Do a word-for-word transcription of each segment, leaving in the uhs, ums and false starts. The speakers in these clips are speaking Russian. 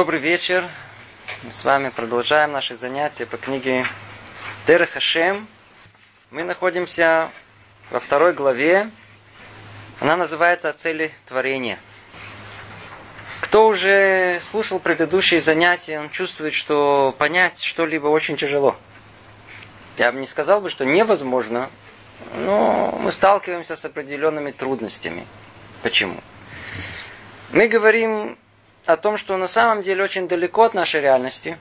Добрый вечер. Мы с вами продолжаем наши занятия по книге Дерех Хашем. Мы находимся во второй главе. Она называется «О цели творения». Кто уже слушал предыдущие занятия, он чувствует, что понять что-либо очень тяжело. Я бы не сказал бы, что невозможно, но мы сталкиваемся с определенными трудностями. Почему? Мы говорим о том, что на самом деле очень далеко от нашей реальности.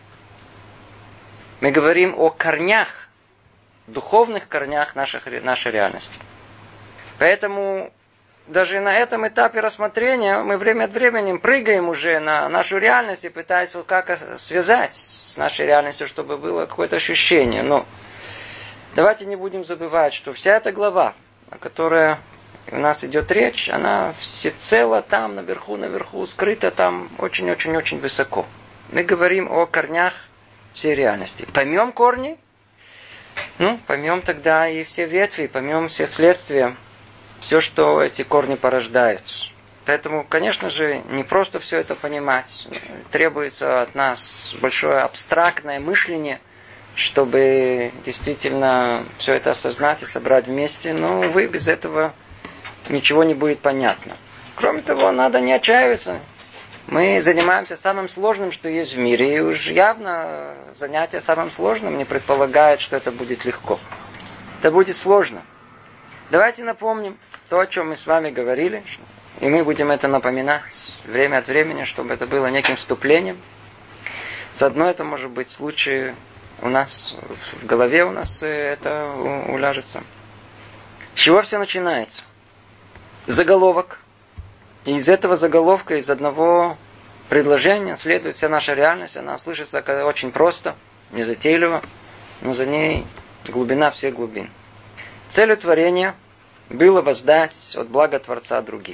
Мы говорим о корнях, духовных корнях наших, нашей реальности. Поэтому даже на этом этапе рассмотрения мы время от времени прыгаем уже на нашу реальность и пытаясь вот как связать с нашей реальностью, чтобы было какое-то ощущение. Но давайте не будем забывать, что вся эта глава, о которой у нас идет речь, она всецело там, наверху, наверху, скрыта там очень-очень-очень высоко. Мы говорим о корнях всей реальности. Поймем корни, ну, поймем тогда и все ветви, поймем все следствия, все, что эти корни порождают. Поэтому, конечно же, не просто все это понимать. Требуется от нас большое абстрактное мышление, чтобы действительно все это осознать и собрать вместе. Но, увы, без этого ничего не будет понятно. Кроме того, надо не отчаиваться. Мы занимаемся самым сложным, что есть в мире. И уж явно занятие самым сложным не предполагает, что это будет легко. Это будет сложно. Давайте напомним то, о чем мы с вами говорили. И мы будем это напоминать время от времени, чтобы это было неким вступлением. Заодно это может быть случай у нас, в голове у нас это уляжется. С чего все начинается? Заголовок. И из этого заголовка, из одного предложения следует вся наша реальность. Она слышится очень просто, незатейливо, но за ней глубина всех глубин. Целью творения было воздать от блага Творца другим.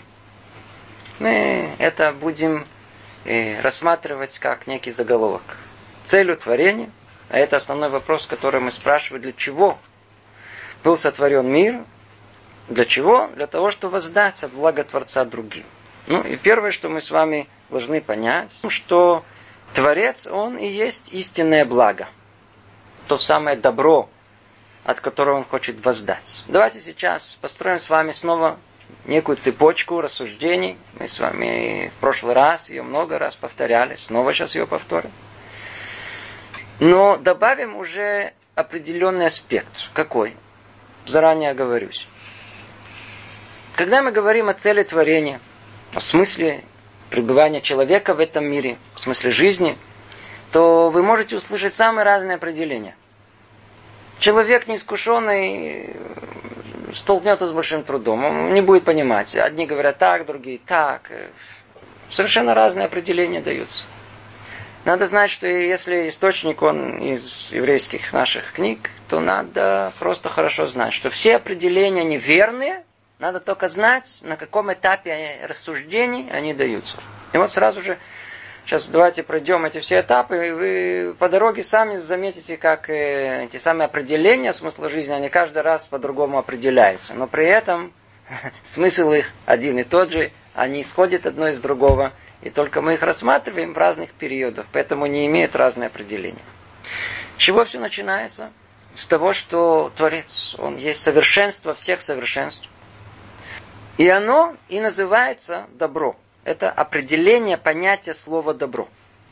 Мы это будем рассматривать как некий заголовок. Целью творения, а это основной вопрос, который мы спрашиваем, для чего был сотворен мир. Для чего? Для того, чтобы воздать от блага Творца другим. Ну и первое, что мы с вами должны понять, что Творец, Он и есть истинное благо. То самое добро, от которого Он хочет воздать. Давайте сейчас построим с вами снова некую цепочку рассуждений. Мы с вами в прошлый раз ее много раз повторяли, снова сейчас ее повторим. Но добавим уже определенный аспект. Какой? Заранее оговорюсь. Когда мы говорим о цели творения, о смысле пребывания человека в этом мире, в смысле жизни, то вы можете услышать самые разные определения. Человек неискушенный столкнется с большим трудом, он не будет понимать. Одни говорят так, другие так. Совершенно разные определения даются. Надо знать, что если источник он из еврейских наших книг, то надо просто хорошо знать, что все определения неверные. Надо только знать, на каком этапе рассуждений они даются. И вот сразу же, сейчас давайте пройдем эти все этапы, и вы по дороге сами заметите, как эти самые определения смысла жизни, они каждый раз по-другому определяются. Но при этом смысл их один и тот же, они исходят одно из другого, и только мы их рассматриваем в разных периодах, поэтому не имеют разные определения. С чего все начинается? С того, что Творец, Он есть совершенство всех совершенств. И оно и называется добро. Это определение понятия слова добро.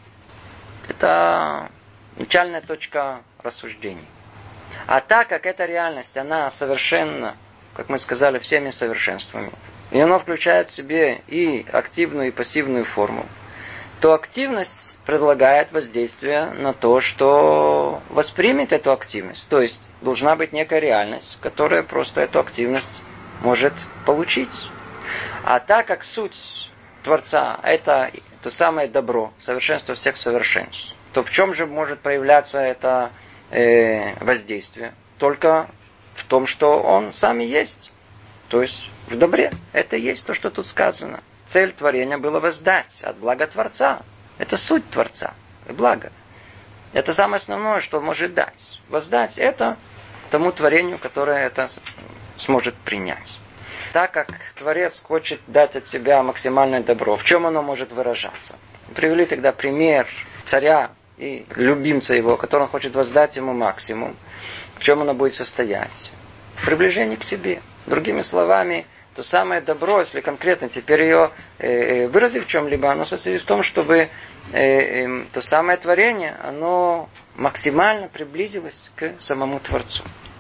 Это начальная точка рассуждений. А так как эта реальность, она совершенна, как мы сказали, всеми совершенствами, и оно включает в себе и активную, и пассивную форму, то активность предлагает воздействие на то, что воспримет эту активность. То есть должна быть некая реальность, которая просто эту активность может получить. А так как суть Творца это то самое добро, совершенство всех совершенств, то в чем же может проявляться это э, воздействие? Только в том, что Он сам и есть. То есть в добре. Это есть то, что тут сказано. Цель творения была воздать от блага Творца. Это суть Творца. И благо. Это самое основное, что Он может дать. Воздать это тому творению, которое это сможет принять. Так как Творец хочет дать от себя максимальное добро, в чем оно может выражаться? Привели тогда пример царя и любимца его, который он хочет воздать ему максимум. В чем оно будет состоять? Приближение к себе. Другими словами, то самое добро, если конкретно теперь ее э, выразить в чем-либо, оно состоит в том, чтобы э, э, то самое творение, оно максимально приблизилось к самому Творцу.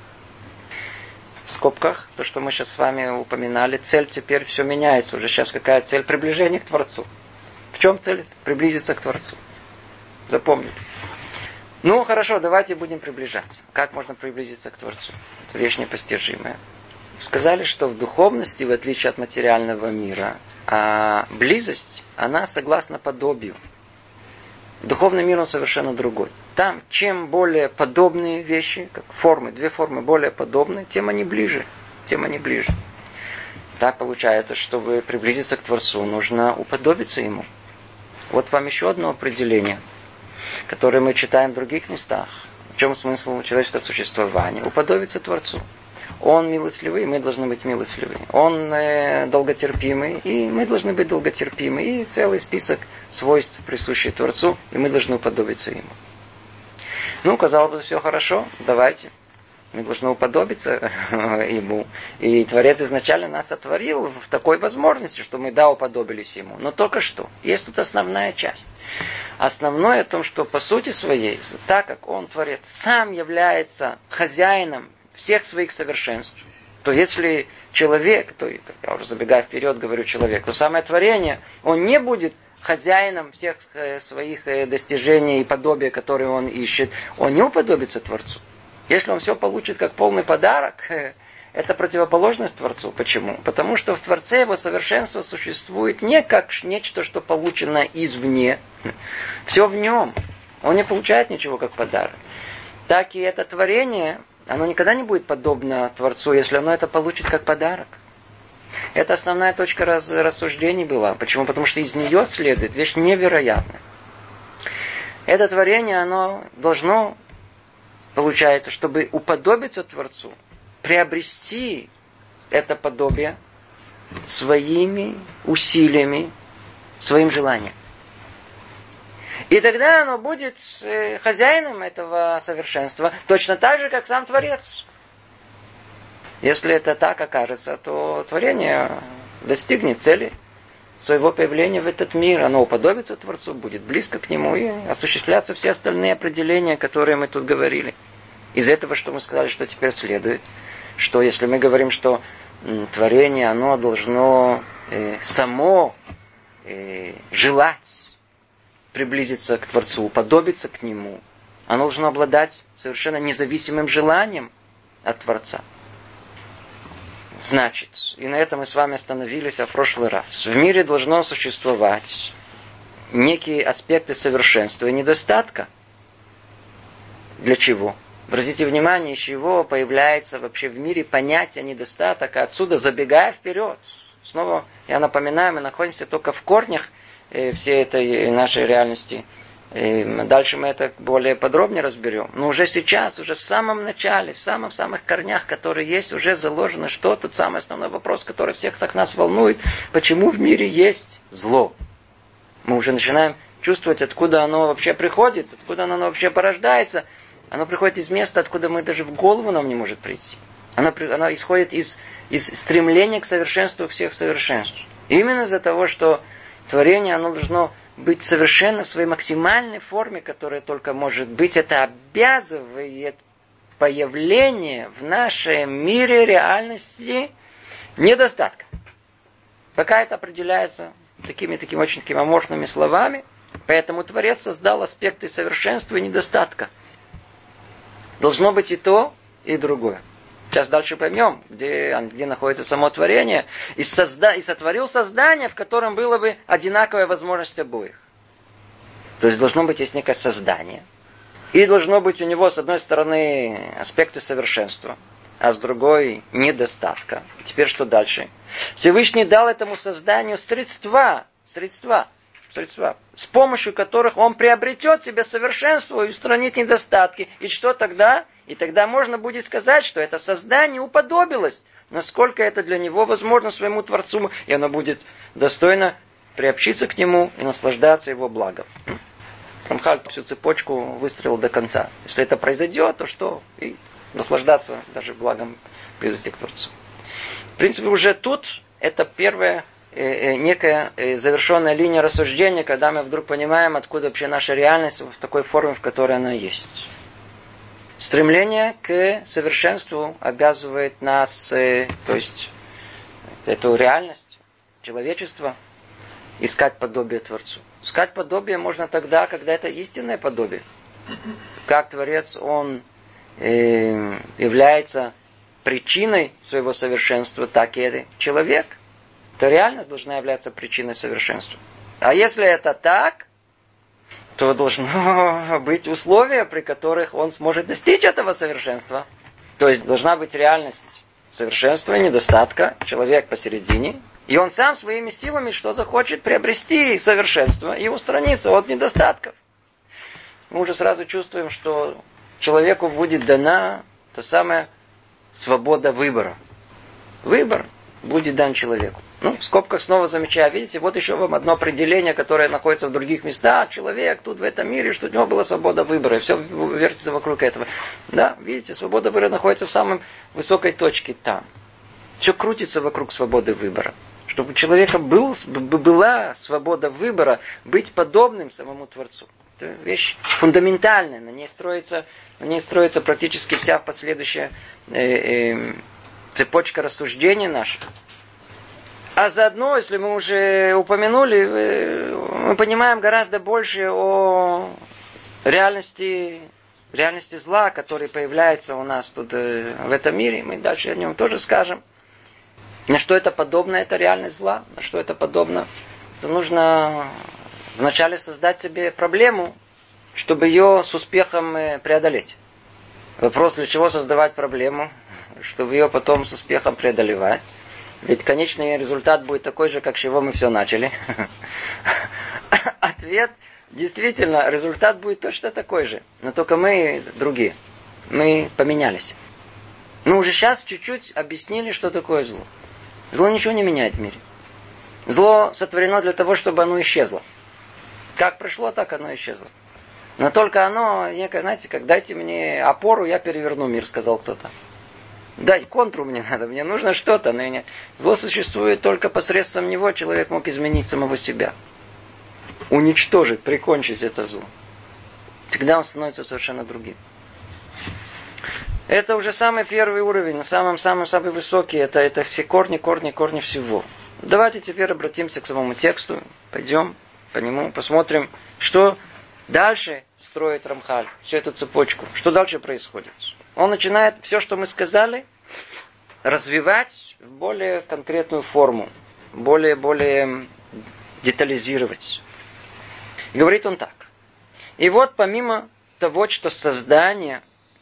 В скобках, то, что мы сейчас с вами упоминали, цель теперь все меняется. Уже сейчас какая цель? Приближение к Творцу. В чем цель? Приблизиться к Творцу. Запомнили. Ну, хорошо, давайте будем приближаться. Как можно приблизиться к Творцу? Это вещь непостижимая. Сказали, что в духовности, в отличие от материального мира, а близость, она согласна подобию. Духовный мир, он совершенно другой. Там, чем более подобные вещи, как формы, две формы более подобные, тем они ближе. Тем они ближе. Так получается, чтобы приблизиться к Творцу, нужно уподобиться Ему. Вот вам еще одно определение, которое мы читаем в других местах. В чем смысл человеческого существования? Уподобиться Творцу. Он милостливый, мы должны быть милостливы. Он э, долготерпимый, и мы должны быть долготерпимы. И целый список свойств, присущих Творцу, и мы должны уподобиться Ему. Ну, казалось бы, все хорошо, давайте. Мы должны уподобиться Ему. И Творец изначально нас сотворил в такой возможности, что мы, да, уподобились Ему. Но только что. Есть тут основная часть. Основное в том, что по сути своей, так как Он, Творец, сам является хозяином всех своих совершенств, то если человек, то я уже забегая вперед говорю человек, то самое творение, он не будет хозяином всех своих достижений и подобия, которые он ищет, он не уподобится Творцу. Если он все получит как полный подарок, это противоположность Творцу. Почему? Потому что в Творце его совершенство существует не как нечто, что получено извне. Все в нем. Он не получает ничего как подарок. Так и это творение, оно никогда не будет подобно Творцу, если оно это получит как подарок. Это основная точка раз, рассуждений была. Почему? Потому что из нее следует вещь невероятная. Это творение, оно должно, получается, чтобы уподобиться Творцу, приобрести это подобие своими усилиями, своим желанием. И тогда оно будет хозяином этого совершенства, точно так же, как сам Творец. Если это так окажется, то творение достигнет цели своего появления в этот мир. Оно уподобится Творцу, будет близко к Нему и осуществляться все остальные определения, которые мы тут говорили. Из этого, что мы сказали, что теперь следует, что если мы говорим, что м, творение, оно должно э, само э, желать приблизиться к Творцу, уподобиться к Нему, оно должно обладать совершенно независимым желанием от Творца. Значит, и на этом мы с вами остановились в прошлый раз. В мире должно существовать некие аспекты совершенства и недостатка. Для чего? Обратите внимание, из чего появляется вообще в мире понятие недостаток, а отсюда, забегая вперед. Снова, я напоминаю, мы находимся только в корнях э, всей этой нашей реальности. И дальше мы это более подробнее разберем. Но уже сейчас, уже в самом начале, в самых-самых корнях, которые есть, уже заложено, что тот самый основной вопрос, который всех так нас волнует, почему в мире есть зло. Мы уже начинаем чувствовать, откуда оно вообще приходит, откуда оно вообще порождается. Оно приходит из места, откуда мы даже в голову нам не может прийти. Оно, оно исходит из, из стремления к совершенству всех совершенств. И именно из-за того, что творение, оно должно быть совершенно в своей максимальной форме, которая только может быть, это обязывает появление в нашем мире реальности недостатка. Пока это определяется такими, такими очень такими аморфными словами, поэтому Творец создал аспекты совершенства и недостатка. Должно быть и то, и другое. Сейчас дальше поймем, где, где находится само творение. И, созда, и сотворил создание, в котором было бы одинаковая возможность обоих. То есть должно быть есть некое создание. И должно быть у него, с одной стороны, аспекты совершенства, а с другой недостатка. Теперь что дальше? Всевышний дал этому созданию средства, средства, средства, с помощью которых он приобретет себе совершенство и устранит недостатки. И что тогда? И тогда можно будет сказать, что это создание уподобилось, насколько это для него возможно своему Творцу, и оно будет достойно приобщиться к нему и наслаждаться его благом. Рамхаль всю цепочку выстроил до конца. Если это произойдет, то что? И наслаждаться даже благом близости к Творцу. В принципе, уже тут это первая э, э, некая э, завершенная линия рассуждения, когда мы вдруг понимаем, откуда вообще наша реальность в такой форме, в которой она есть. Стремление к совершенству обязывает нас, э, то есть эту реальность человечества, искать подобие Творцу. Искать подобие можно тогда, когда это истинное подобие. Как Творец, он э, является причиной своего совершенства, так и человек. То реальность должна являться причиной совершенства. А если это так, то должно быть условия, при которых он сможет достичь этого совершенства. То есть должна быть реальность совершенства, недостатка, человек посередине. И он сам своими силами что захочет приобрести совершенство и устраниться от недостатков. Мы уже сразу чувствуем, что человеку будет дана та самая свобода выбора. Выбор будет дан человеку. Ну, в скобках снова замечаю, видите, вот еще вам одно определение, которое находится в других местах. Человек тут в этом мире, что у него была свобода выбора, и все вертится вокруг этого. Да, видите, свобода выбора находится в самой высокой точке там. Все крутится вокруг свободы выбора. Чтобы у человека был, была свобода выбора быть подобным самому Творцу. Это вещь фундаментальная, на ней строится, на ней строится практически вся последующая э, э, цепочка рассуждений наших. А заодно, если мы уже упомянули, э, мы понимаем гораздо больше о реальности, реальности зла, который появляется у нас тут э, в этом мире. Мы дальше о нем тоже скажем. На что это подобно, это реальность зла, на что это подобно, то нужно вначале создать себе проблему, чтобы ее с успехом преодолеть. Вопрос, для чего создавать проблему, чтобы ее потом с успехом преодолевать. Ведь конечный результат будет такой же, как с чего мы все начали. Ответ, действительно, результат будет точно такой же, но только мы другие. Мы поменялись. Мы уже сейчас чуть-чуть объяснили, что такое зло. Зло ничего не меняет в мире. Зло сотворено для того, чтобы оно исчезло. Как пришло, так оно исчезло. Но только оно, некое, знаете, как дайте мне опору, я переверну мир, сказал кто-то. Дай контру мне надо, мне нужно что-то. Но зло существует только посредством него, человек мог изменить самого себя. Уничтожить, прикончить это зло. Тогда он становится совершенно другим. Это уже самый первый уровень, самый-самый-самый высокий. Это, это все корни, корни, корни всего. Давайте теперь обратимся к самому тексту. Пойдем по нему, посмотрим, что дальше строит Рамхаль, всю эту цепочку. Что дальше происходит? Он начинает все, что мы сказали, развивать в более конкретную форму. Более-более детализировать. И говорит он так. И вот помимо того, что создание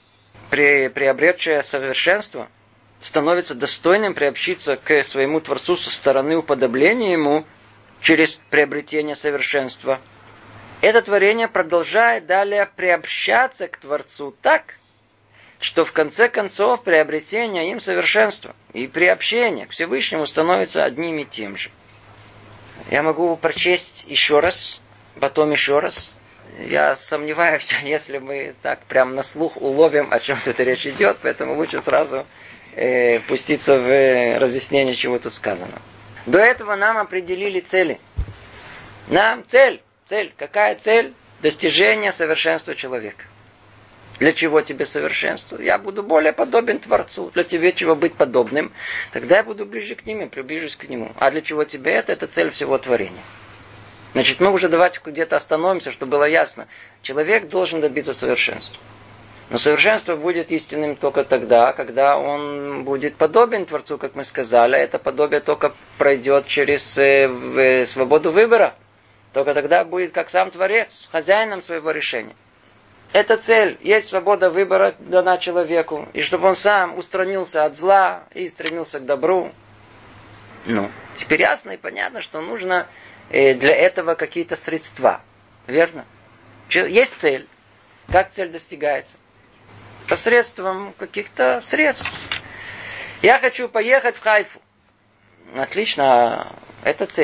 приобретшее совершенство, становится достойным приобщиться к своему Творцу со стороны уподобления Ему через приобретение совершенства. Это творение продолжает далее приобщаться к Творцу так, что в конце концов приобретение им совершенства и приобщение к Всевышнему становится одним и тем же. Я могу прочесть еще раз, потом еще раз. Я сомневаюсь, если мы так прям на слух уловим, о чем тут речь идет, поэтому лучше сразу э, пуститься в разъяснение, чего тут сказано. До этого нам определили цели. Нам цель, цель, какая цель? Достижение совершенства человека. Для чего тебе совершенство? Я буду более подобен Творцу. Для тебя чего быть подобным? Тогда я буду ближе к ним и приближусь к нему. А для чего тебе это? Это цель всего творения. Значит, мы уже давайте где-то остановимся, чтобы было ясно. Человек должен добиться совершенства. Но совершенство будет истинным только тогда, когда он будет подобен Творцу, как мы сказали. Это подобие только пройдет через э, свободу выбора. Только тогда будет как сам Творец, хозяином своего решения. Эта цель, есть свобода выбора дана человеку. И чтобы он сам устранился от зла и стремился к добру. Ну, теперь ясно и понятно, что нужно для этого какие-то средства. Верно? Есть цель. Как цель достигается? Посредством каких-то средств. Я хочу поехать в Хайфу. Отлично. Это цель.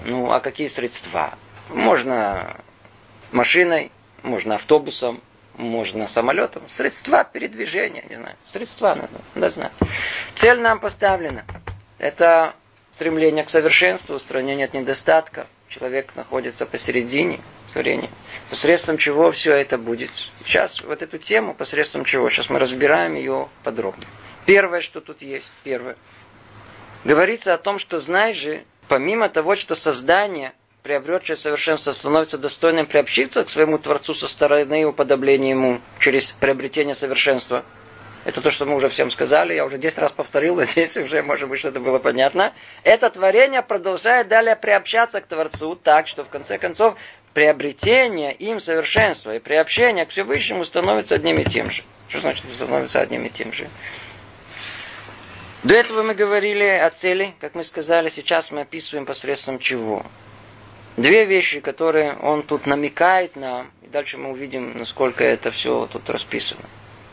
Ну, а какие средства? Можно машиной, можно автобусом, можно самолетом. Средства передвижения, не знаю. Средства надо, надо знать. Цель нам поставлена. Это стремление к совершенству, устранение от недостатка. Человек находится посередине творения. Посредством чего все это будет. Сейчас вот эту тему, посредством чего, сейчас мы разбираем ее подробно. Первое, что тут есть, первое. Говорится о том, что, знаешь же, помимо того, что создание, приобретшее совершенство, становится достойным приобщиться к своему Творцу со стороны уподобления ему через приобретение совершенства. Это то, что мы уже всем сказали, я уже десять раз повторил, надеюсь, уже, может быть, что-то было понятно. Это творение продолжает далее приобщаться к Творцу так, что в конце концов приобретение им совершенства и приобщение к Всевышнему становится одним и тем же. Что значит становится одним и тем же? До этого мы говорили о цели, как мы сказали, сейчас мы описываем посредством чего. Две вещи, которые он тут намекает нам, и дальше мы увидим, насколько это все тут расписано.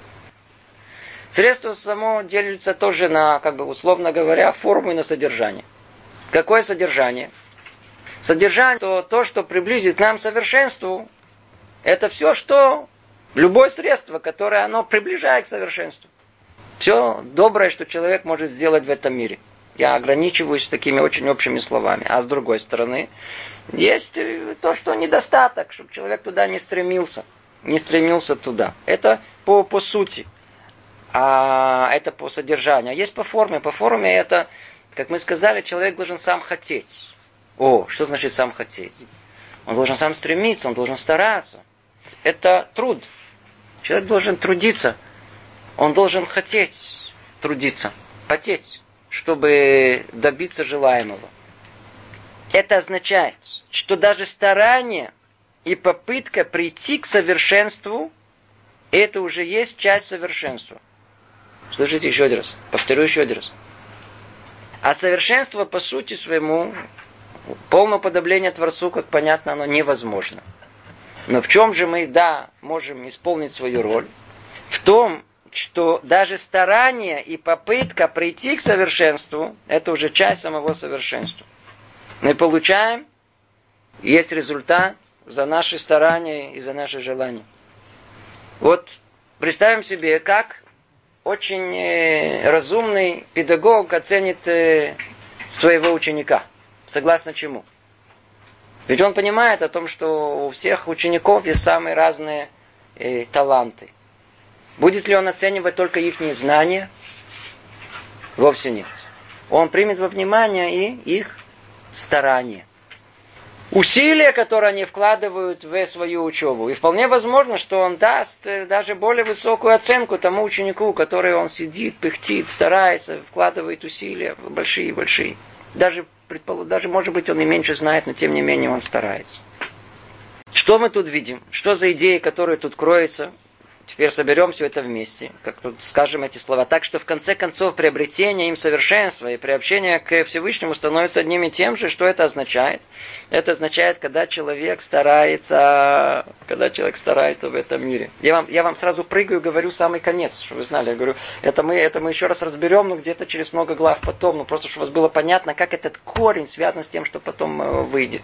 Средство само делится тоже на, как бы условно говоря, форму и на содержание. Какое содержание? Содержание, то, то, что приблизит нам к совершенству, это все, что, любое средство, которое оно приближает к совершенству. Все доброе, что человек может сделать в этом мире. Я ограничиваюсь такими очень общими словами. А с другой стороны, есть то, что недостаток, чтобы человек туда не стремился. Не стремился туда. Это по, по сути. А это по содержанию. А есть по форме. По форме это, как мы сказали, человек должен сам хотеть. О, что значит сам хотеть? Он должен сам стремиться, он должен стараться. Это труд. Человек должен трудиться. Он должен хотеть трудиться, потеть, чтобы добиться желаемого. Это означает, что даже старание и попытка прийти к совершенству, это уже есть часть совершенства. Слышите еще один раз? Повторю еще один раз. А совершенство по сути своему, полное уподобление Творцу, как понятно, оно невозможно. Но в чем же мы, да, можем исполнить свою роль? В том, что даже старание и попытка прийти к совершенству, это уже часть самого совершенства. Мы получаем, есть результат за наши старания и за наши желания. Вот представим себе, как очень разумный педагог оценит своего ученика. Согласно чему? Ведь он понимает о том, что у всех учеников есть самые разные э, таланты. Будет ли он оценивать только их знания? Вовсе нет. Он примет во внимание и их старания. Усилия, которые они вкладывают в свою учебу. И вполне возможно, что он даст даже более высокую оценку тому ученику, который он сидит, пыхтит, старается, вкладывает усилия большие-большие. Даже, предположим, даже, может быть, он и меньше знает, но тем не менее он старается. Что мы тут видим? Что за идеи, которые тут кроются? Теперь соберем все это вместе, как тут скажем эти слова. Так что в конце концов приобретение им совершенства и приобщение к Всевышнему становится одним и тем же. Что это означает? Это означает, когда человек старается, когда человек старается в этом мире. Я вам, я вам сразу прыгаю, говорю самый конец, чтобы вы знали. Я говорю, это мы, это мы еще раз разберем, но где-то через много глав потом, ну просто чтобы у вас было понятно, как этот корень связан с тем, что потом выйдет.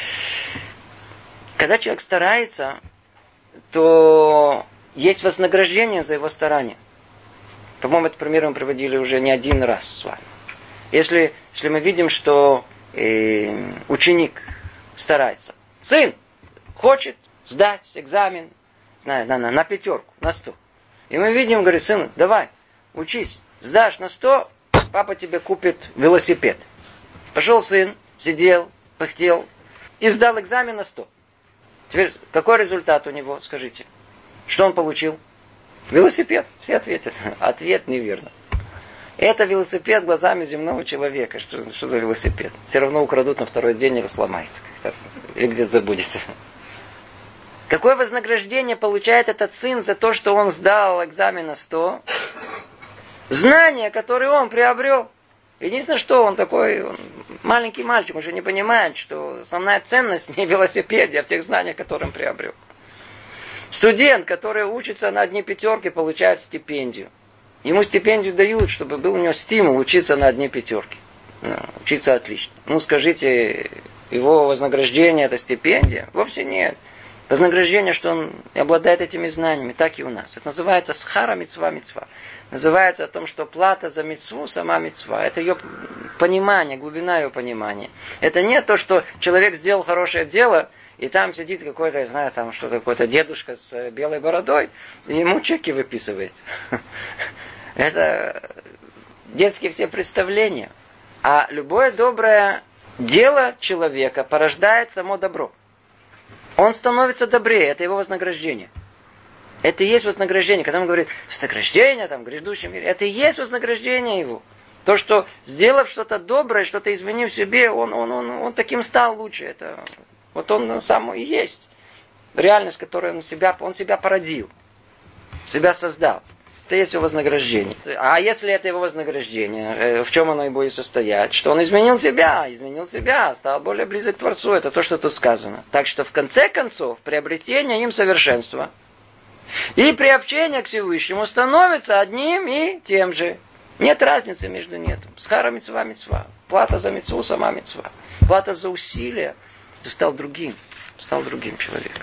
Когда человек старается, то есть вознаграждение за его старание. По-моему, этот пример мы приводили уже не один раз с вами. Если, если мы видим, что э, ученик старается, сын хочет сдать экзамен на, на, на, на пятерку, на сто. И мы видим, говорит, сын, давай, учись, сдашь на сто, папа тебе купит велосипед. Пошел сын, сидел, пыхтел и сдал экзамен на сто. Теперь, какой результат у него, скажите? Что он получил? Велосипед. Все ответят. Ответ неверно. Это велосипед глазами земного человека. Что, что за велосипед? Все равно украдут на второй день и сломается. Или где-то забудется. Какое вознаграждение получает этот сын за то, что он сдал экзамен на сто? Знания, которые он приобрел. Единственное, что он такой он маленький мальчик, он же не понимает, что основная ценность не в велосипеде, а в тех знаниях, которые он приобрел. Студент, который учится на одни пятерки, получает стипендию. Ему стипендию дают, чтобы был у него стимул учиться на одни пятерки. Учиться отлично. Ну, скажите, его вознаграждение это стипендия. Вовсе нет. Вознаграждение, что он обладает этими знаниями, так и у нас. Это называется схара мицва мицва. Называется о том, что плата за мицву сама мицва. Это ее понимание, глубина ее понимания. Это не то, что человек сделал хорошее дело, и там сидит какой-то, я знаю, там что-то, какой-то дедушка с белой бородой, и ему чеки выписывает. Это детские все представления. А любое доброе дело человека порождает само добро. Он становится добрее, это его вознаграждение. Это и есть вознаграждение. Когда он говорит, вознаграждение там, в грядущем мире, это и есть вознаграждение его. То, что сделав что-то доброе, что-то изменив себе, он, он, он, он таким стал лучше. Это, вот он сам и есть. Реальность, которую он себя, он себя породил. Себя создал. Это есть его вознаграждение. А если это его вознаграждение, в чем оно и будет состоять? Что он изменил себя, изменил себя, стал более близок к Творцу. Это то, что тут сказано. Так что в конце концов, приобретение им совершенства и приобщение к Всевышнему становится одним и тем же. Нет разницы между ними. Схара мицва мицва. Плата за мицву сама мицва. Плата за усилия. Ты стал другим. Стал другим человеком.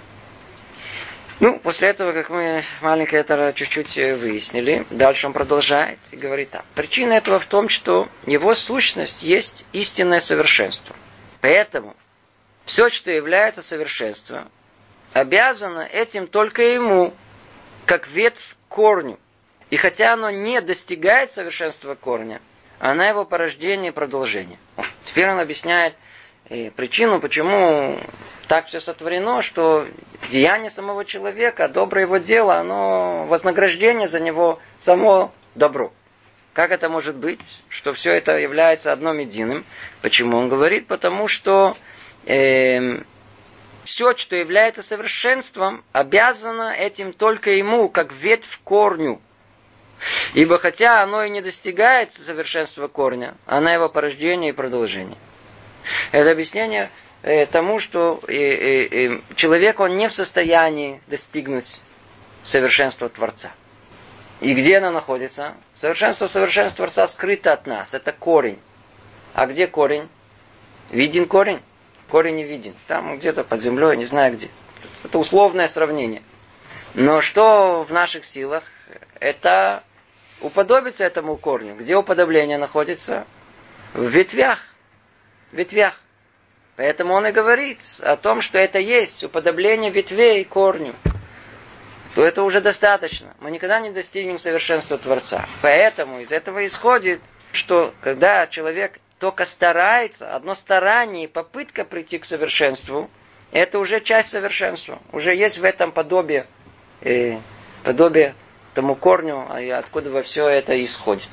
Ну, после этого, как мы маленькое это чуть-чуть выяснили, дальше он продолжает и говорит так. Причина этого в том, что его сущность есть истинное совершенство. Поэтому все, что является совершенством, обязано этим только ему, как ветвь к корню. И хотя оно не достигает совершенства корня, она его порождение и продолжение. Теперь он объясняет э, причину, почему так все сотворено, что деяние самого человека, доброе его дело, оно вознаграждение за него само добро. Как это может быть, что все это является одним единым? Почему он говорит? Потому что э, все, что является совершенством, обязано этим только ему, как ветвь к корню. Ибо хотя оно и не достигает совершенства корня, она его порождение и продолжение. Это объяснение э, тому, что э, э, э, человек он не в состоянии достигнуть совершенства Творца. И где оно находится? Совершенство совершенства Творца скрыто от нас. Это корень. А где корень? Виден корень? Корень не виден. Там где-то под землей, не знаю где. Это условное сравнение. Но что в наших силах? Это уподобиться этому корню. Где уподобление находится? В ветвях. В ветвях. Поэтому он и говорит о том, что это есть уподобление ветвей корню. То это уже достаточно. Мы никогда не достигнем совершенства Творца. Поэтому из этого исходит, что когда человек только старается, одно старание и попытка прийти к совершенству, это уже часть совершенства. Уже есть в этом подобие, э, подобие тому корню, откуда во все это исходит.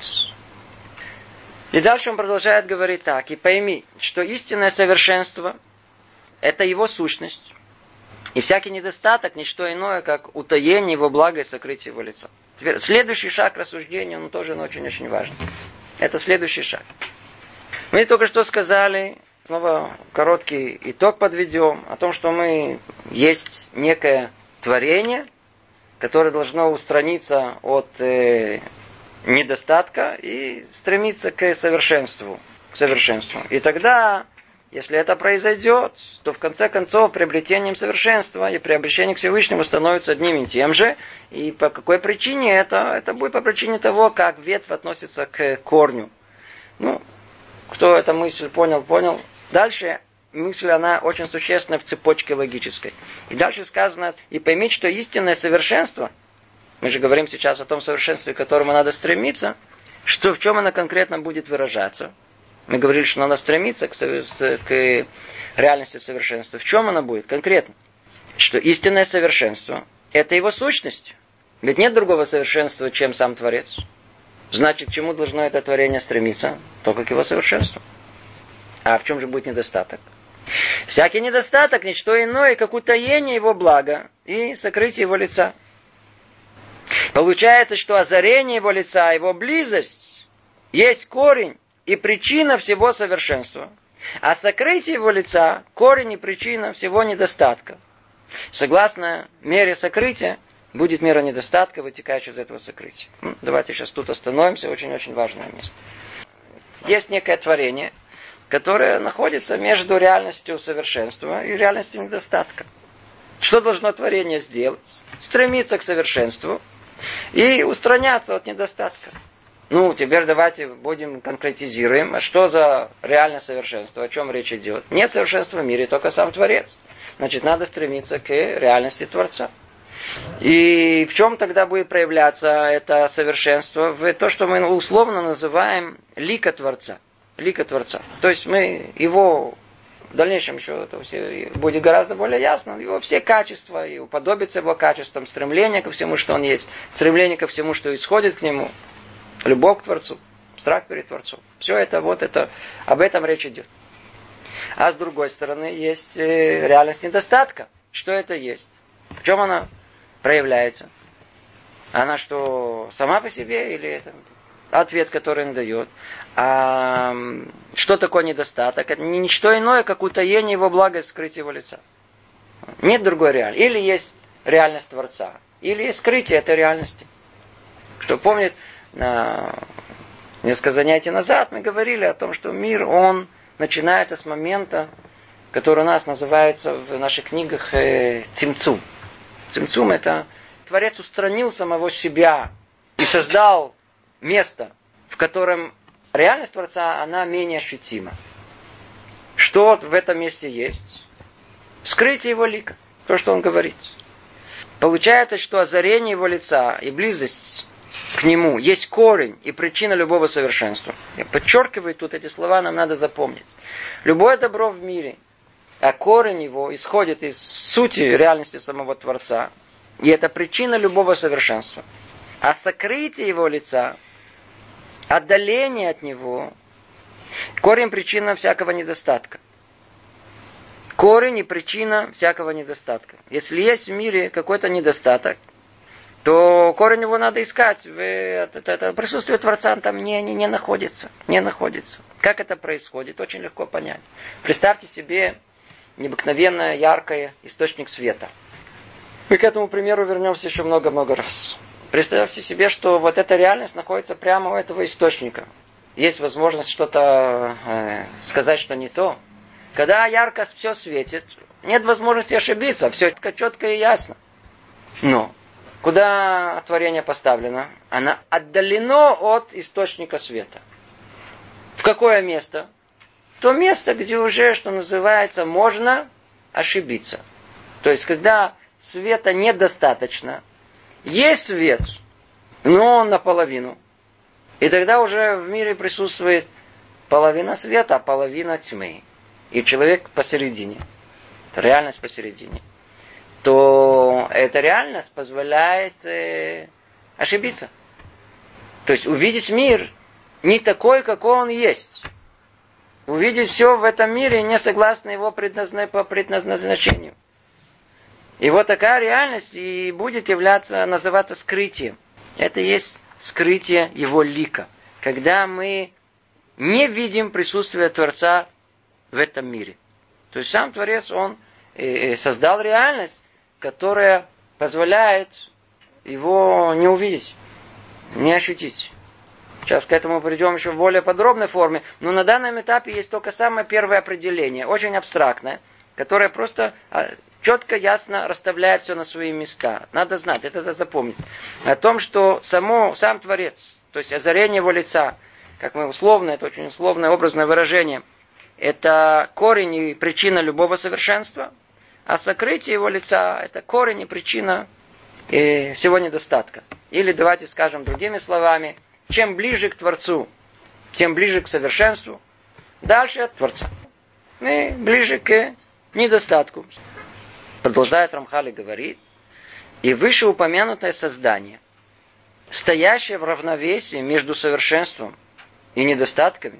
И дальше он продолжает говорить так. И пойми, что истинное совершенство – это его сущность. И всякий недостаток – ничто иное, как утаение его блага и сокрытие его лица. Теперь следующий шаг рассуждения, он тоже очень-очень важен. Это следующий шаг. Мы только что сказали, снова короткий итог подведем, о том, что мы есть некое творение, которое должно устраниться от э, недостатка и стремиться к совершенству, к совершенству. И тогда, если это произойдет, то в конце концов приобретением совершенства и приобретением к Всевышнему становится одним и тем же. И по какой причине это? Это будет по причине того, как ветвь относится к корню. Ну, кто эту мысль понял, понял. Дальше мысль, она очень существенна в цепочке логической. И дальше сказано, и поймите, что истинное совершенство, мы же говорим сейчас о том совершенстве, к которому надо стремиться, что в чем оно конкретно будет выражаться. Мы говорили, что надо стремиться к, к реальности совершенства. В чем оно будет конкретно? Что истинное совершенство – это его сущность. Ведь нет другого совершенства, чем сам Творец. Значит, к чему должно это творение стремиться? Только к его совершенству. А в чем же будет недостаток? Всякий недостаток – ничто иное, как утаение его блага и сокрытие его лица. Получается, что озарение его лица, его близость есть корень и причина всего совершенства. А сокрытие его лица – корень и причина всего недостатка. Согласно мере сокрытия, будет мера недостатка, вытекающая из этого сокрытия. Давайте сейчас тут остановимся, очень-очень важное место. Есть некое творение, которая находится между реальностью совершенства и реальностью недостатка. Что должно творение сделать? Стремиться к совершенству и устраняться от недостатка. Ну, теперь давайте будем конкретизируем. А что за реальное совершенство? О чем речь идет? Нет совершенства в мире, только сам Творец. Значит, надо стремиться к реальности Творца. И в чем тогда будет проявляться это совершенство? В то, что мы условно называем лика Творца. Лика Творца. То есть мы его... В дальнейшем еще это все будет гораздо более ясно. Его все качества, и уподобиться его качествам, стремление ко всему, что он есть, стремление ко всему, что исходит к нему, любовь к Творцу, страх перед Творцом. Все это, вот это, об этом речь идет. А с другой стороны, есть реальность недостатка. Что это есть? В чем она проявляется? Она что, сама по себе, или это ответ, который он дает? А что такое недостаток? Это не ничто иное, как утаение его блага и скрытие его лица. Нет другой реальности. Или есть реальность Творца, или есть скрытие этой реальности. Кто помнит, на несколько занятий назад мы говорили о том, что мир, он начинается с момента, который у нас называется в наших книгах э, цимцум. Цимцум — это Творец устранил самого себя и создал место, в котором реальность Творца, она менее ощутима. Что в этом месте есть? Скрытие его лика. То, что он говорит. Получается, что озарение его лица и близость к нему есть корень и причина любого совершенства. Я подчеркиваю тут эти слова, нам надо запомнить. Любое добро в мире, а корень его исходит из сути реальности самого Творца. И это причина любого совершенства. А сокрытие его лица, отдаление от него, корень — причина всякого недостатка. Корень и причина всякого недостатка. Если есть в мире какой-то недостаток, то корень его надо искать. Это, это присутствие Творца там не, не, не находится. Не находится. Как это происходит? Очень легко понять. Представьте себе необыкновенно яркий источник света. Мы к этому примеру вернемся еще много-много раз. Представьте себе, что вот эта реальность находится прямо у этого источника. Есть возможность что-то э, сказать, что не то. Когда ярко все светит, нет возможности ошибиться. Все четко и ясно. Но куда творение поставлено? Оно отдалено от источника света. В какое место? То место, где уже, что называется, можно ошибиться. То есть, когда света недостаточно, есть свет, но он наполовину. И тогда уже в мире присутствует половина света, а половина тьмы. И человек посередине. Это реальность посередине. То эта реальность позволяет э, ошибиться. То есть увидеть мир не такой, какой он есть. Увидеть все в этом мире не согласно его предназна... по предназначению. И вот такая реальность и будет являться, называться скрытием. Это есть скрытие его лика. Когда мы не видим присутствие Творца в этом мире. То есть сам Творец, он создал реальность, которая позволяет его не увидеть, не ощутить. Сейчас к этому придем еще в более подробной форме. Но на данном этапе есть только самое первое определение, очень абстрактное, которое просто четко, ясно расставляет все на свои места. Надо знать, это надо запомнить. О том, что само, сам Творец, то есть озарение его лица, как мы условно, это очень условное образное выражение, это корень и причина любого совершенства, а сокрытие его лица это корень и причина и всего недостатка. Или давайте скажем другими словами, чем ближе к Творцу, тем ближе к совершенству, дальше от Творца. И ближе к недостатку. Продолжает Рамхаль и говорит, и вышеупомянутое создание, стоящее в равновесии между совершенством и недостатками,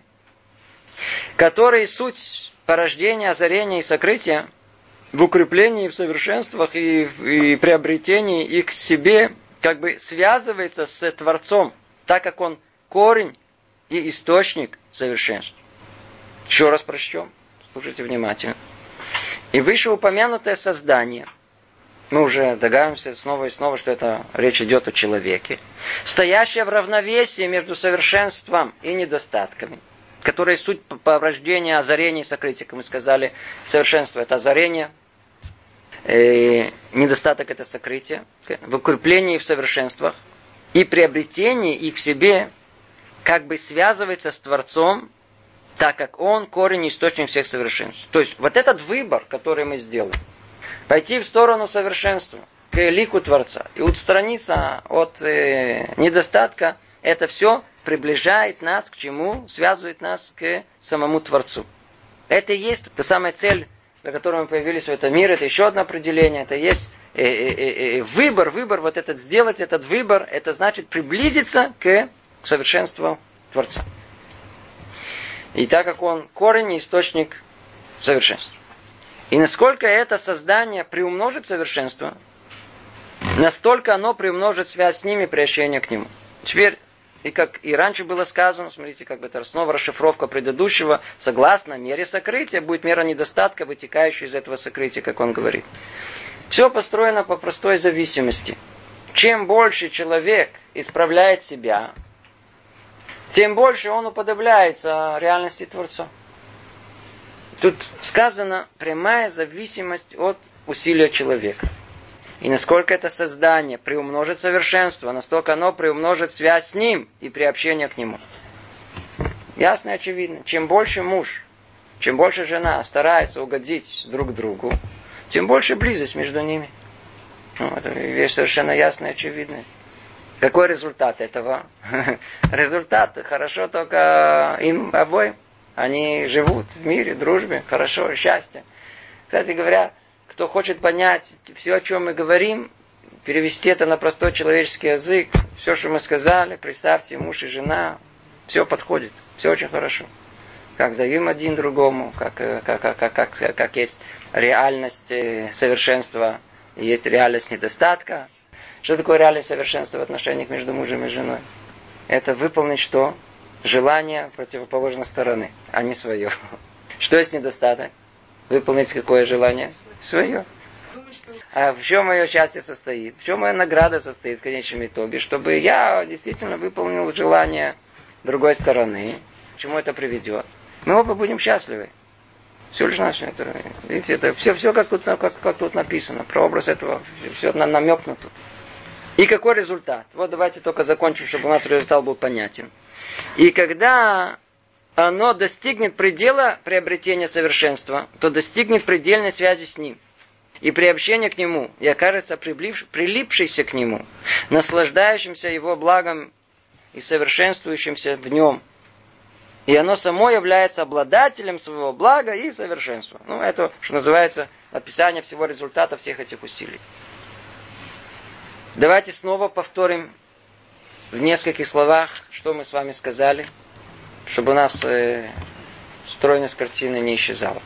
которые суть порождения, озарения и сокрытия в укреплении, в совершенствах и, и приобретении их к себе, как бы связывается с Творцом, так как он корень и источник совершенства. Еще раз прочтем, слушайте внимательно. И вышеупомянутое создание, мы уже догадываемся снова и снова, что это речь идет о человеке, стоящее в равновесии между совершенством и недостатками, которая суть порождения озарения и сокрытия. Как мы сказали, совершенство – это озарение, э, недостаток – это сокрытие, в укреплении в совершенствах и приобретении их в себе как бы связывается с Творцом, так как Он корень и источник всех совершенств. То есть, вот этот выбор, который мы сделаем, пойти в сторону совершенства, к лику Творца, и отстраниться от э, недостатка, это все приближает нас к чему? Связывает нас к самому Творцу. Это и есть та самая цель, для которой мы появились в этом мире. Это еще одно определение. Это есть э, э, э, выбор, выбор, вот этот сделать, этот выбор, это значит приблизиться к совершенству Творца. И так как Он корень и источник совершенства. И насколько это создание приумножит совершенство, настолько оно приумножит связь с ним и приобщение к нему. Теперь, и как и раньше было сказано, смотрите, как бы это снова расшифровка предыдущего, согласно мере сокрытия, будет мера недостатка, вытекающая из этого сокрытия, как он говорит. Все построено по простой зависимости. Чем больше человек исправляет себя, тем больше он уподобляется реальности Творца. Тут сказано прямая зависимость от усилия человека. И насколько это создание приумножит совершенство, настолько оно приумножит связь с ним и приобщение к нему. Ясно и очевидно. Чем больше муж, чем больше жена старается угодить друг другу, тем больше близость между ними. Ну, это вещь совершенно ясная и очевидная. Какой результат этого? Результат хорошо только им обоим. Они живут в мире, дружбе, хорошо, счастье. Кстати говоря, кто хочет понять все, о чем мы говорим, перевести это на простой человеческий язык, все, что мы сказали, представьте, муж и жена, все подходит, все очень хорошо. Как даем один другому, как, как, как, как, как, как есть реальность совершенства, и есть реальность недостатка. Что такое реальность совершенства в отношениях между мужем и женой? Это выполнить что? Желание противоположной стороны, а не свое. Что есть недостаток? Выполнить какое желание? Свое. А в чем мое счастье состоит? В чем моя награда состоит в конечном итоге? Чтобы я действительно выполнил желание другой стороны. К чему это приведет? Мы оба будем счастливы. Все лишь наше. Это, видите, это все, все как, тут, как, как тут написано. Прообраз этого, все намекнуто тут. И какой результат? Вот давайте только закончим, чтобы у нас результат был понятен. И когда оно достигнет предела приобретения совершенства, то достигнет предельной связи с ним. И приобщение к нему, и окажется прилипшийся к нему, наслаждающимся его благом и совершенствующимся в нем. И оно само является обладателем своего блага и совершенства. Ну, это, что называется, описание всего результата всех этих усилий. Давайте снова повторим в нескольких словах, что мы с вами сказали, чтобы у нас э, стройность картины не исчезала.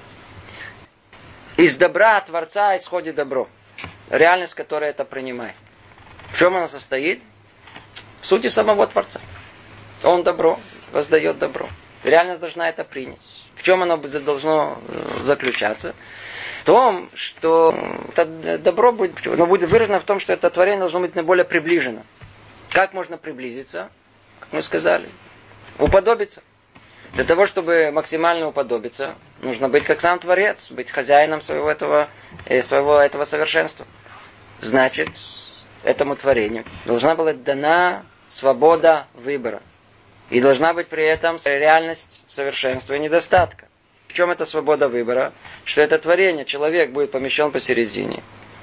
Из добра Творца исходит добро. Реальность, которая это принимает. В чем она состоит? В сути самого Творца. Он добро, воздает добро. Реальность должна это принять. В чем оно должно заключаться? В том, что это добро будет, оно будет выражено в том, что это творение должно быть наиболее приближено. Как можно приблизиться? Как мы сказали, уподобиться. Для того, чтобы максимально уподобиться, нужно быть как сам Творец, быть хозяином своего этого, своего этого совершенства. Значит, этому творению должна была дана свобода выбора. И должна быть при этом реальность совершенства и недостатка. В чем эта свобода выбора? Что это творение, человек будет помещен посередине.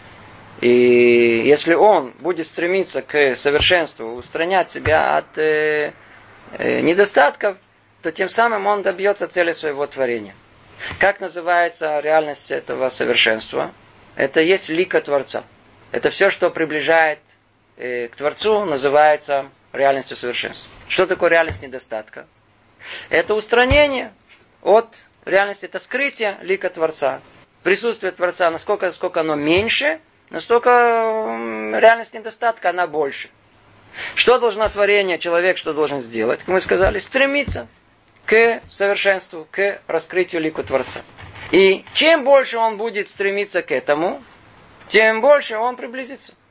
И если он будет стремиться к совершенству, устранять себя от э, э, недостатков, то тем самым он добьется цели своего творения. Как называется реальность этого совершенства? Это есть лика Творца. Это все, что приближает э, к Творцу, называется реальностью совершенства. Что такое реальность недостатка? Это устранение от реальности, это скрытие лика Творца. Присутствие Творца, насколько, насколько оно меньше, настолько реальность недостатка, она больше. Что должно творение, человек, что должен сделать? Как мы сказали, стремиться к совершенству, к раскрытию лику Творца. И чем больше он будет стремиться к этому, тем больше он приблизится.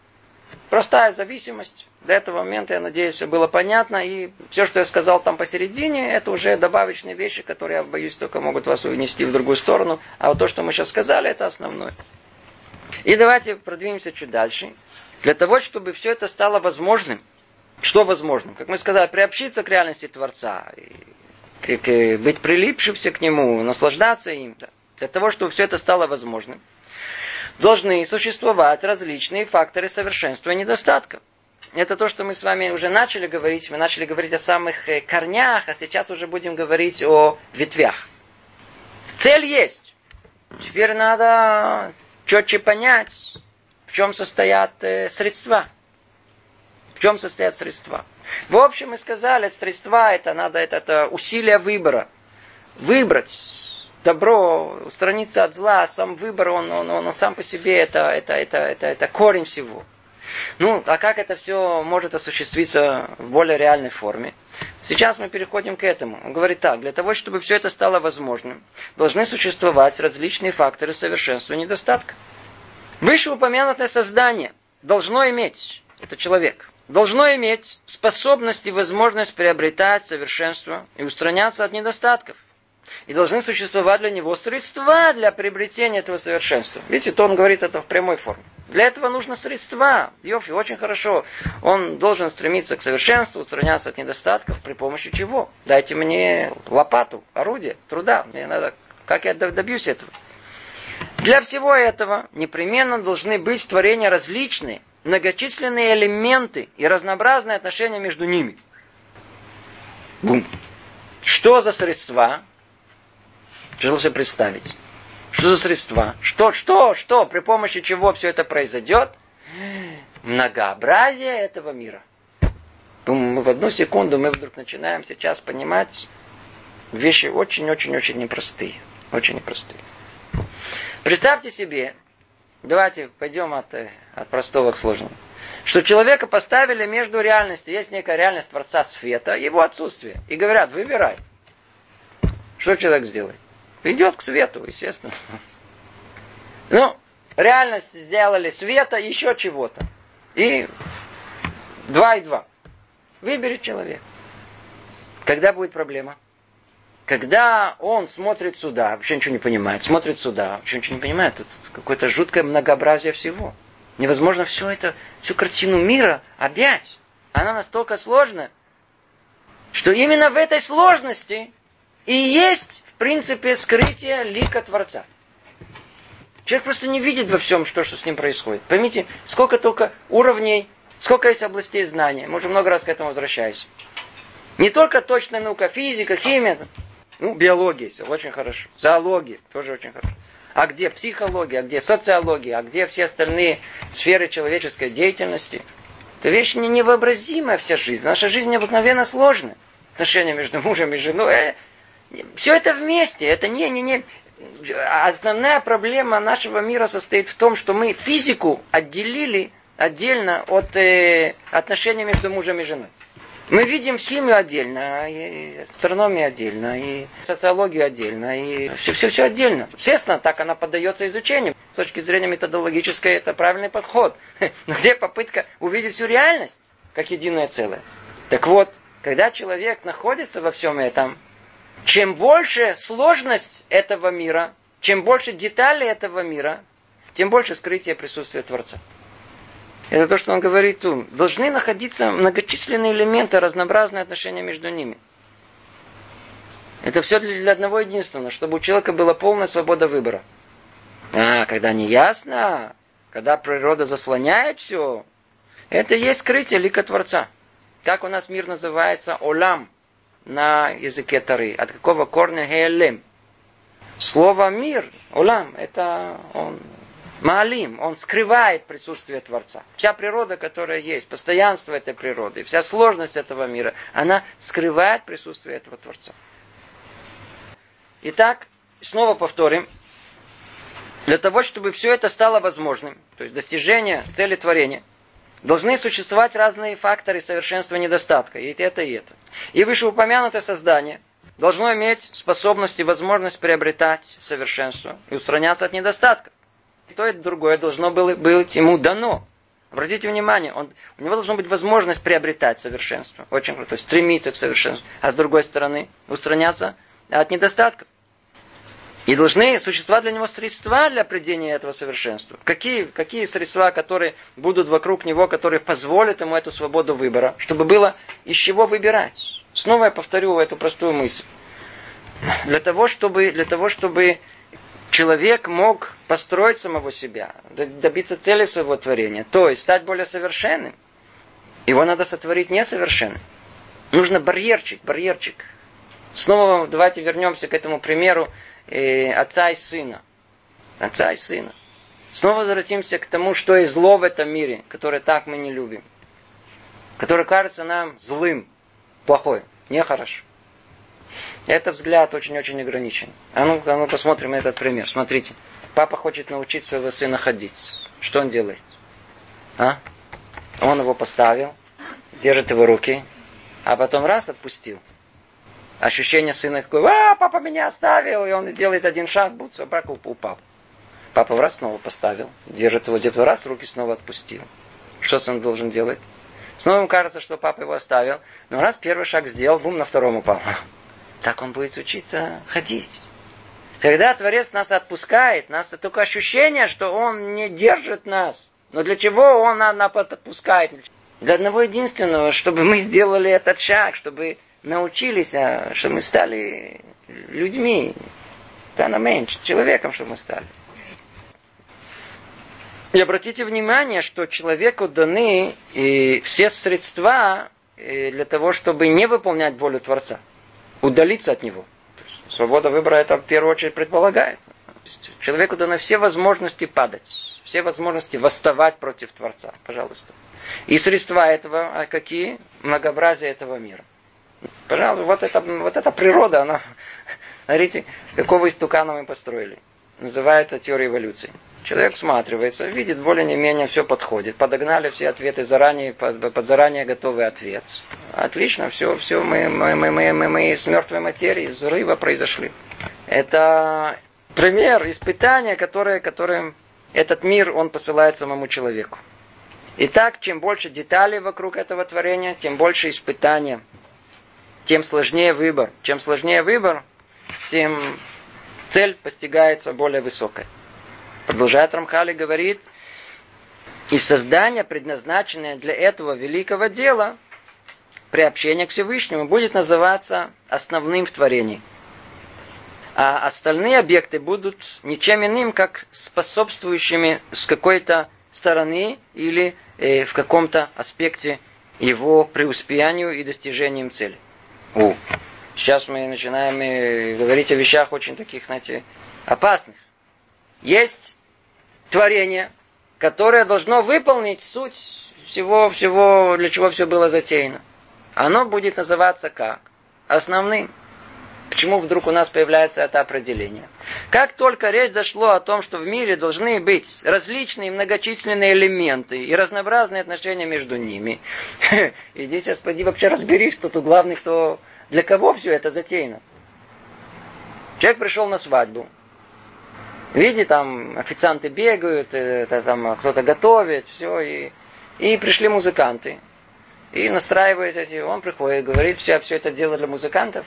Простая зависимость. До этого момента, я надеюсь, все было понятно. И все, что я сказал там посередине, это уже добавочные вещи, которые, я боюсь, только могут вас унести в другую сторону. А вот то, что мы сейчас сказали, это основное. И давайте продвинемся чуть дальше. Для того, чтобы все это стало возможным. Что возможным? Как мы сказали, приобщиться к реальности Творца. К, к, быть прилипшимся к Нему, наслаждаться им. Да. Для того, чтобы все это стало возможным, должны существовать различные факторы совершенства и недостатков. Это то, что мы с вами уже начали говорить. Мы начали говорить о самых корнях, а сейчас уже будем говорить о ветвях. Цель есть. Теперь надо четче понять, в чем состоят средства. В чем состоят средства. В общем, мы сказали, средства это надо, это, это усилие выбора. Выбрать добро, устраниться от зла, сам выбор, он, он, он, он сам по себе, это, это, это, это, это корень всего. Ну, а как это все может осуществиться в более реальной форме? Сейчас мы переходим к этому. Он говорит так, для того, чтобы все это стало возможным, должны существовать различные факторы совершенства и недостатка. Вышеупомянутое создание должно иметь, это человек, должно иметь способность и возможность приобретать совершенство и устраняться от недостатков. И должны существовать для него средства для приобретения этого совершенства. Видите, то он говорит это в прямой форме. Для этого нужны средства. Йофи, очень хорошо. Он должен стремиться к совершенству, устраняться от недостатков. При помощи чего? Дайте мне лопату, орудие, труда. Мне надо, как я добьюсь этого? Для всего этого непременно должны быть в творении различные, многочисленные элементы и разнообразные отношения между ними. Бум. Что за средства? Что себе представить? Что за средства? Что, что, что? При помощи чего все это произойдет? Многообразие этого мира. Мы в одну секунду мы вдруг начинаем сейчас понимать вещи очень-очень-очень непростые. Очень непростые. Представьте себе, давайте пойдем от, от простого к сложному, что человека поставили между реальностью, есть некая реальность Творца Света, его отсутствие. И говорят, выбирай. Что человек сделает? Идет к свету, естественно. Ну, реальность сделали света, еще чего-то. И два и два. Выберет человек. Когда будет проблема? Когда он смотрит сюда, вообще ничего не понимает, смотрит сюда, вообще ничего не понимает, тут какое-то жуткое многообразие всего. Невозможно все это, всю картину мира объять. Она настолько сложна, что именно в этой сложности и есть, в принципе, скрытие лика Творца. Человек просто не видит во всем, что, что с ним происходит. Поймите, сколько только уровней, сколько есть областей знания. Мы уже много раз к этому возвращаемся. Не только точная наука, физика, химия, ну, биология, все очень хорошо. Зоология, тоже очень хорошо. А где психология, а где социология, а где все остальные сферы человеческой деятельности? Это вещь невообразимая вся жизнь. Наша жизнь необыкновенно сложная. Отношения между мужем и женой. Все это вместе. Это не, не, не. Основная проблема нашего мира состоит в том, что мы физику отделили отдельно от э, отношений между мужем и женой. Мы видим химию отдельно, и астрономию отдельно, и социологию отдельно, и все-все отдельно. Естественно, так она поддается изучению. С точки зрения методологической это правильный подход. Но где попытка увидеть всю реальность как единое целое? Так вот, когда человек находится во всем этом, чем больше сложность этого мира, чем больше деталей этого мира, тем больше скрытие присутствия Творца. Это то, что он говорит тут. Должны находиться многочисленные элементы, разнообразные отношения между ними. Это все для одного единственного, чтобы у человека была полная свобода выбора. А, когда не ясно, когда природа заслоняет все, это есть скрытие лика Творца. Как у нас мир называется? Олам на языке Тары. От какого корня? Хеэлем. Слово мир, олам, это он... Маалим, он скрывает присутствие Творца. Вся природа, которая есть, постоянство этой природы, вся сложность этого мира, она скрывает присутствие этого Творца. Итак, снова повторим. Для того, чтобы все это стало возможным, то есть достижение цели творения, должны существовать разные факторы совершенства и недостатка. И это, и это. И вышеупомянутое создание должно иметь способность и возможность приобретать совершенство и устраняться от недостатков. И то и другое должно было быть ему дано. Обратите внимание, он, у него должна быть возможность приобретать совершенство. Очень круто. То есть стремиться к совершенству. А с другой стороны, устраняться от недостатков. И должны существовать для него средства для определения этого совершенства. Какие, какие средства, которые будут вокруг него, которые позволят ему эту свободу выбора, чтобы было из чего выбирать. Снова я повторю эту простую мысль. Для того, чтобы, для того, чтобы человек мог построить самого себя, добиться цели своего творения, то есть стать более совершенным, его надо сотворить несовершенным. Нужно барьерчик, барьерчик. Снова давайте вернемся к этому примеру э, отца и сына. Отца и сына. Снова возвратимся к тому, что есть зло в этом мире, которое так мы не любим. Которое кажется нам злым, плохое, нехорошо. Этот взгляд очень-очень ограничен. А ну, а ну посмотрим на этот пример. Смотрите. Папа хочет научить своего сына ходить. Что он делает? А? Он его поставил, держит его руки, а потом раз отпустил. Ощущение сына такое: а, папа меня оставил, и он делает один шаг, будто собака упал. Папа раз снова поставил, держит его где-то раз, руки снова отпустил. Что сын должен делать? Снова ему кажется, что папа его оставил, но раз первый шаг сделал, бум, на втором упал. Так он будет учиться ходить. Когда Творец нас отпускает, нас только ощущение, что Он не держит нас. Но для чего Он нас отпускает? Для одного единственного, чтобы мы сделали этот шаг, чтобы научились, чтобы мы стали людьми, меньше, человеком, чтобы мы стали. И обратите внимание, что человеку даны и все средства для того, чтобы не выполнять волю Творца, удалиться от него. Свобода выбора это в первую очередь предполагает. Человеку даны все возможности падать, все возможности восставать против Творца. Пожалуйста. И средства этого, а какие? Многообразие этого мира. Пожалуй, вот эта, вот эта природа, она, смотрите, какого истукана мы построили. Называется теория эволюции. Человек всматривается, видит, более-менее все подходит. Подогнали все ответы заранее, под, под заранее готовый ответ. Отлично, все, все, мы, мы, мы, мы, мы, мы с мертвой материи, из взрыва произошли. Это пример испытания, которое, которым этот мир, он посылает самому человеку. Итак, чем больше деталей вокруг этого творения, тем больше испытания, тем сложнее выбор. Чем сложнее выбор, тем цель постигается более высокой. Продолжает Рамхаль и говорит: и создание, предназначенное для этого великого дела, приобщение к Всевышнему, будет называться основным в творении. А остальные объекты будут ничем иным, как способствующими с какой-то стороны или э, в каком-то аспекте его преуспеянию и достижением цели. О, сейчас мы начинаем э, говорить о вещах очень таких, знаете, опасных. Есть творение, которое должно выполнить суть всего, всего, для чего все было затеяно. Оно будет называться как? Основным. Почему вдруг у нас появляется это определение? Как только речь зашла о том, что в мире должны быть различные многочисленные элементы и разнообразные отношения между ними, иди сейчас пойди вообще разберись, кто тут главный, кто... Для кого все это затеяно? Человек пришел на свадьбу. Видите, там официанты бегают, это, там кто-то готовит, все, и, и пришли музыканты. И настраивают эти, он приходит, говорит, все, все это дело для музыкантов.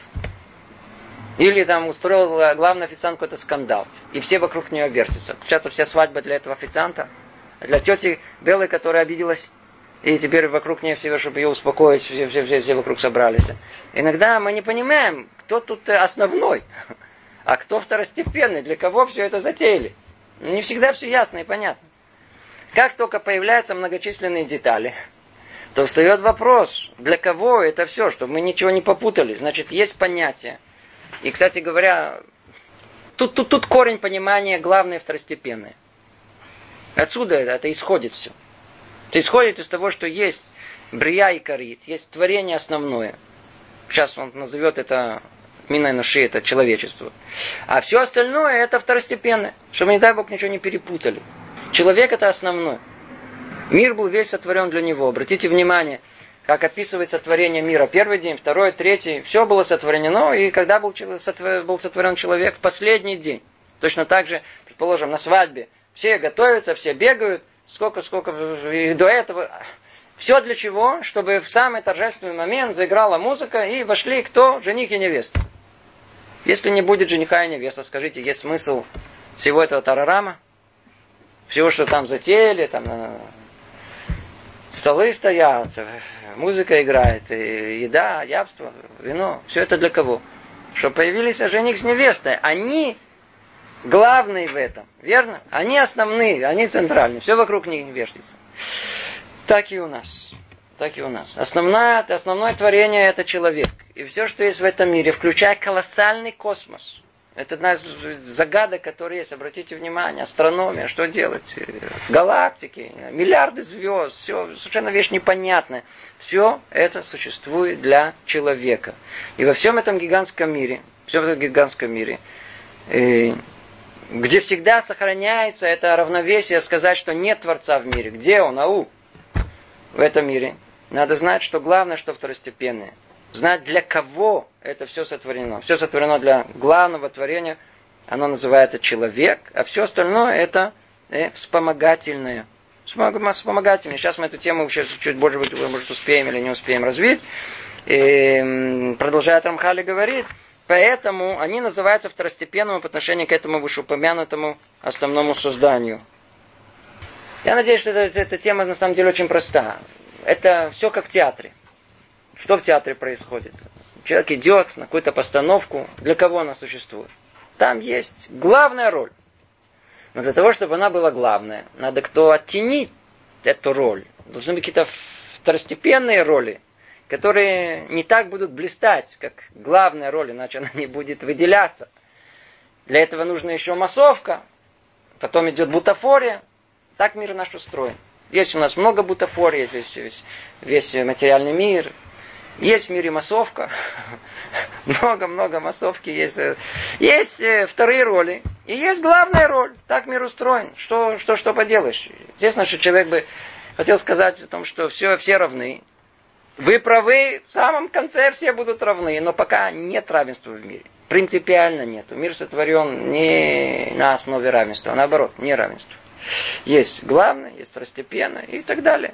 Или там устроил главный официант какой-то скандал. И все вокруг нее вертятся. Сейчас вся свадьба для этого официанта. Для тети Беллы, которая обиделась. И теперь вокруг нее все, чтобы ее успокоить, все, все, все, все вокруг собрались. Иногда мы не понимаем, кто тут основной. А кто второстепенный? Для кого все это затеяли? Не всегда все ясно и понятно. Как только появляются многочисленные детали, то встает вопрос, для кого это все, чтобы мы ничего не попутали. Значит, есть понятие. И, кстати говоря, тут, тут, тут корень понимания главное и второстепенное. Отсюда это, это исходит все. Это исходит из того, что есть брия и карит, есть творение основное. Сейчас он назовет это... Минай нуши это человечество. А все остальное это второстепенное. Чтобы, не дай Бог, ничего не перепутали. Человек это основное. Мир был весь сотворен для него. Обратите внимание, как описывается творение мира. Первый день, второй, третий. Все было сотворено. И когда был, был сотворен человек? В последний день. Точно так же, предположим, на свадьбе. Все готовятся, все бегают. сколько-сколько, и до этого. Все для чего? Чтобы в самый торжественный момент заиграла музыка и вошли кто? Жених и невеста. Если не будет жениха и невеста, скажите, есть смысл всего этого тарарама? Всего, что там затеяли, там столы стоят, музыка играет, еда, явство, вино. Все это для кого? Чтобы появились жених с невестой. Они главные в этом, верно? Они основные, они центральные. Все вокруг них вертится. Так и у нас. Так и у нас. Основное, основное творение это человек. И все, что есть в этом мире, включая колоссальный космос. Это одна из загадок, которые есть. Обратите внимание, астрономия, что делать? Галактики, миллиарды звезд, все совершенно вещь непонятная. Все это существует для человека. И во всем этом гигантском мире, всем этом гигантском мире, где всегда сохраняется это равновесие, сказать, что нет Творца в мире. Где он? Ау! В этом мире. Надо знать, что главное, что второстепенное. Знать, для кого это все сотворено. Все сотворено для главного творения. Оно называется человек. А все остальное это э, вспомогательное. Вспомогательное. Сейчас мы эту тему еще чуть больше, может, успеем или не успеем развить. И, продолжает Рамхаль говорит, поэтому они называются второстепенными по отношению к этому вышеупомянутому основному созданию. Я надеюсь, что эта, эта тема на самом деле очень проста. Это все как в театре. Что в театре происходит? Человек идет на какую-то постановку. Для кого она существует? Там есть главная роль. Но для того, чтобы она была главная, надо кто оттенить эту роль. Должны быть какие-то второстепенные роли, которые не так будут блистать, как главная роль, иначе она не будет выделяться. Для этого нужна еще массовка. Потом идет бутафория. Так мир наш устроен. Есть у нас много бутафорий, есть весь, весь, весь материальный мир. Есть в мире массовка. Много-много массовки есть. Есть вторые роли. И есть главная роль. Так мир устроен. Что, что, что поделаешь? Естественно, что человек бы хотел сказать о том, что все, все равны. Вы правы, в самом конце все будут равны. Но пока нет равенства в мире. Принципиально нет. Мир сотворен не на основе равенства, а наоборот, не равенство. Есть главное, есть второстепенное и так далее.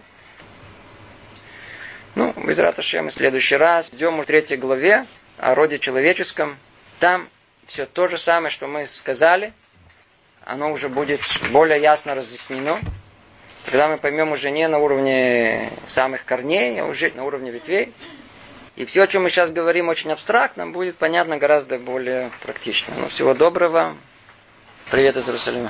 Ну, Безрат Ашем, в следующий раз идем в третьей главе о роде человеческом. Там все то же самое, что мы сказали, оно уже будет более ясно разъяснено. Когда мы поймем уже не на уровне самых корней, а уже на уровне ветвей. И все, о чем мы сейчас говорим, очень абстрактно, будет понятно гораздо более практично. Ну, всего доброго. Привет из Иерусалима.